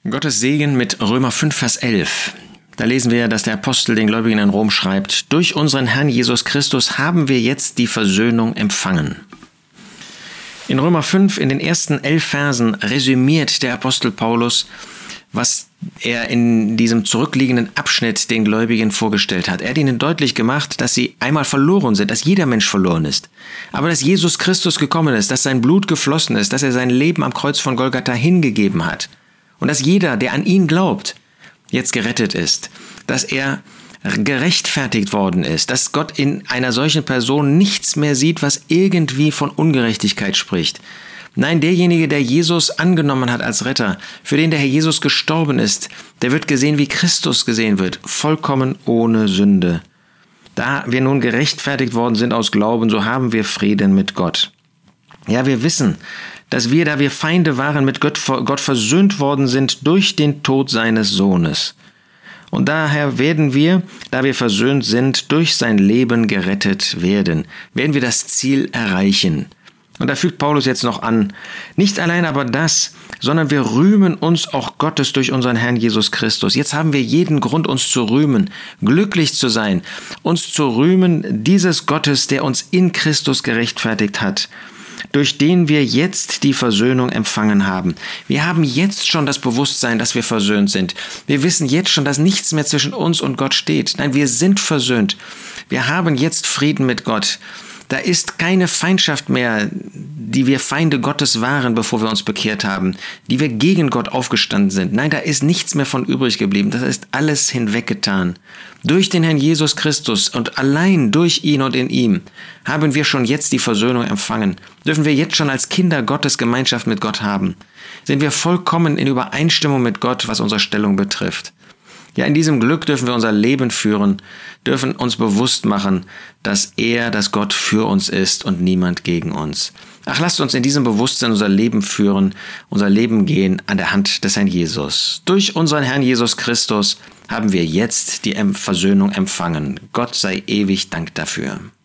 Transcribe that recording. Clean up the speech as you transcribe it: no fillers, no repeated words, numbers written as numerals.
Gottes Segen mit Römer 5, Vers 11. Da lesen wir, dass der Apostel den Gläubigen in Rom schreibt: Durch unseren Herrn Jesus Christus haben wir jetzt die Versöhnung empfangen. In Römer 5, in den ersten 11 Versen, resümiert der Apostel Paulus, was er in diesem zurückliegenden Abschnitt den Gläubigen vorgestellt hat. Er hat ihnen deutlich gemacht, dass sie einmal verloren sind, dass jeder Mensch verloren ist. Aber dass Jesus Christus gekommen ist, dass sein Blut geflossen ist, dass er sein Leben am Kreuz von Golgatha hingegeben hat. Und dass jeder, der an ihn glaubt, jetzt gerettet ist. Dass er gerechtfertigt worden ist. Dass Gott in einer solchen Person nichts mehr sieht, was irgendwie von Ungerechtigkeit spricht. Nein, derjenige, der Jesus angenommen hat als Retter, für den der Herr Jesus gestorben ist, der wird gesehen, wie Christus gesehen wird, vollkommen ohne Sünde. Da wir nun gerechtfertigt worden sind aus Glauben, so haben wir Frieden mit Gott. Ja, wir wissen, dass wir, da wir Feinde waren, mit Gott versöhnt worden sind durch den Tod seines Sohnes. Und daher werden wir, da wir versöhnt sind, durch sein Leben gerettet werden. Werden wir das Ziel erreichen. Und da fügt Paulus jetzt noch an: Nicht allein aber das, sondern wir rühmen uns auch Gottes durch unseren Herrn Jesus Christus. Jetzt haben wir jeden Grund, uns zu rühmen, glücklich zu sein, uns zu rühmen dieses Gottes, der uns in Christus gerechtfertigt hat, durch den wir jetzt die Versöhnung empfangen haben. Wir haben jetzt schon das Bewusstsein, dass wir versöhnt sind. Wir wissen jetzt schon, dass nichts mehr zwischen uns und Gott steht. Nein, wir sind versöhnt. Wir haben jetzt Frieden mit Gott. Da ist keine Feindschaft mehr, die wir Feinde Gottes waren, bevor wir uns bekehrt haben, die wir gegen Gott aufgestanden sind. Nein, da ist nichts mehr von übrig geblieben. Das ist alles hinweggetan. Durch den Herrn Jesus Christus und allein durch ihn und in ihm haben wir schon jetzt die Versöhnung empfangen. Dürfen wir jetzt schon als Kinder Gottes Gemeinschaft mit Gott haben. Sind wir vollkommen in Übereinstimmung mit Gott, was unsere Stellung betrifft. Ja, in diesem Glück dürfen wir unser Leben führen, dürfen uns bewusst machen, dass Gott für uns ist und niemand gegen uns. Ach, lasst uns in diesem Bewusstsein unser Leben führen, unser Leben gehen an der Hand des Herrn Jesus. Durch unseren Herrn Jesus Christus haben wir jetzt die Versöhnung empfangen. Gott sei ewig Dank dafür.